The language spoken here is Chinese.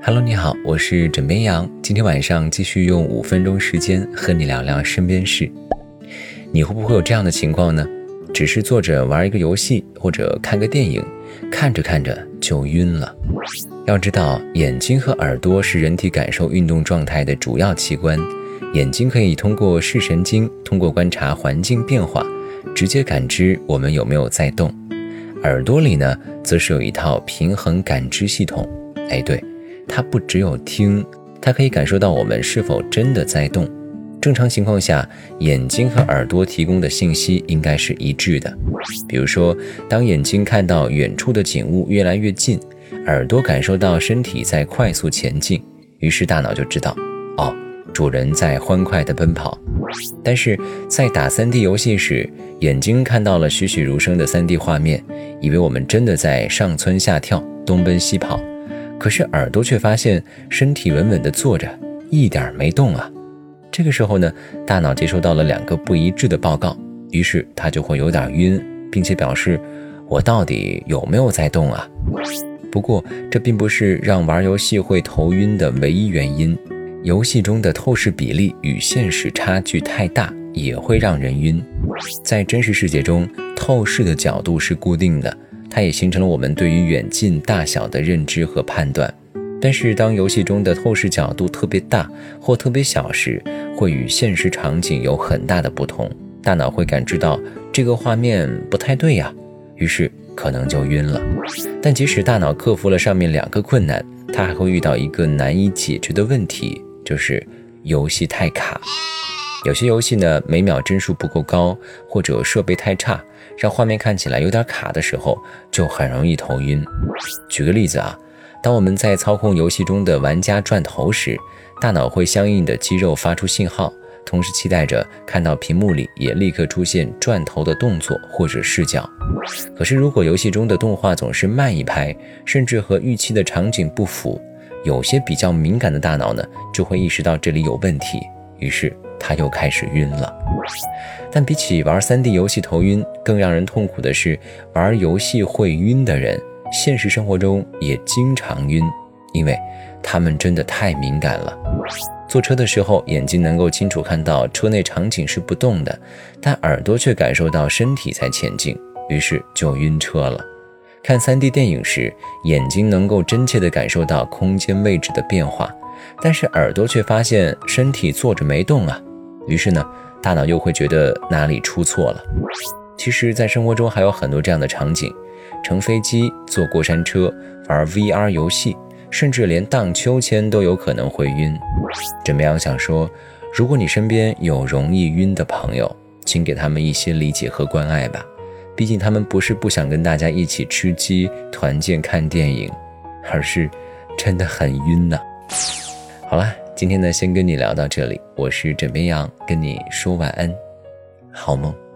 Hello， 你好，我是枕边羊。今天晚上继续用5分钟时间和你聊聊身边事。你会不会有这样的情况呢？只是坐着玩一个游戏或者看个电影，看着看着就晕了。要知道，眼睛和耳朵是人体感受运动状态的主要器官。眼睛可以通过视神经，通过观察环境变化，直接感知我们有没有在动。耳朵里呢，则是有一套平衡感知系统。对，它不只有听，它可以感受到我们是否真的在动。正常情况下，眼睛和耳朵提供的信息应该是一致的。比如说，当眼睛看到远处的景物越来越近，耳朵感受到身体在快速前进，于是大脑就知道，主人在欢快地奔跑。但是在打 3D 游戏时，眼睛看到了栩栩如生的 3D 画面，以为我们真的在上蹿下跳，东奔西跑。可是耳朵却发现身体稳稳地坐着，一点没动啊。这个时候呢，大脑接收到了2个不一致的报告，于是它就会有点晕，并且表示我到底有没有在动啊？不过这并不是让玩游戏会头晕的唯一原因，游戏中的透视比例与现实差距太大，也会让人晕。在真实世界中，透视的角度是固定的，它也形成了我们对于远近大小的认知和判断。但是当游戏中的透视角度特别大或特别小时，会与现实场景有很大的不同，大脑会感知到这个画面不太对呀，于是可能就晕了。但即使大脑克服了上面2个困难，它还会遇到一个难以解决的问题，就是游戏太卡。有些游戏呢，每秒帧数不够高，或者设备太差，让画面看起来有点卡的时候，就很容易头晕。举个例子啊，当我们在操控游戏中的玩家转头时，大脑会相应的肌肉发出信号，同时期待着看到屏幕里也立刻出现转头的动作或者视角。可是如果游戏中的动画总是慢一拍，甚至和预期的场景不符，有些比较敏感的大脑呢，就会意识到这里有问题，于是它又开始晕了。但比起玩 3D 游戏头晕，更让人痛苦的是，玩游戏会晕的人，现实生活中也经常晕，因为他们真的太敏感了。坐车的时候，眼睛能够清楚看到车内场景是不动的，但耳朵却感受到身体在前进，于是就晕车了。看 3D 电影时，眼睛能够真切地感受到空间位置的变化，但是耳朵却发现身体坐着没动啊，于是呢，大脑又会觉得哪里出错了。其实在生活中还有很多这样的场景，乘飞机、坐过山车、玩 VR 游戏，甚至连荡秋千都有可能会晕。枕边羊想说，如果你身边有容易晕的朋友，请给他们一些理解和关爱吧，毕竟他们不是不想跟大家一起吃鸡团建看电影，而是真的很晕呢。好了，今天呢先跟你聊到这里，我是枕边羊，跟你说晚安，好梦。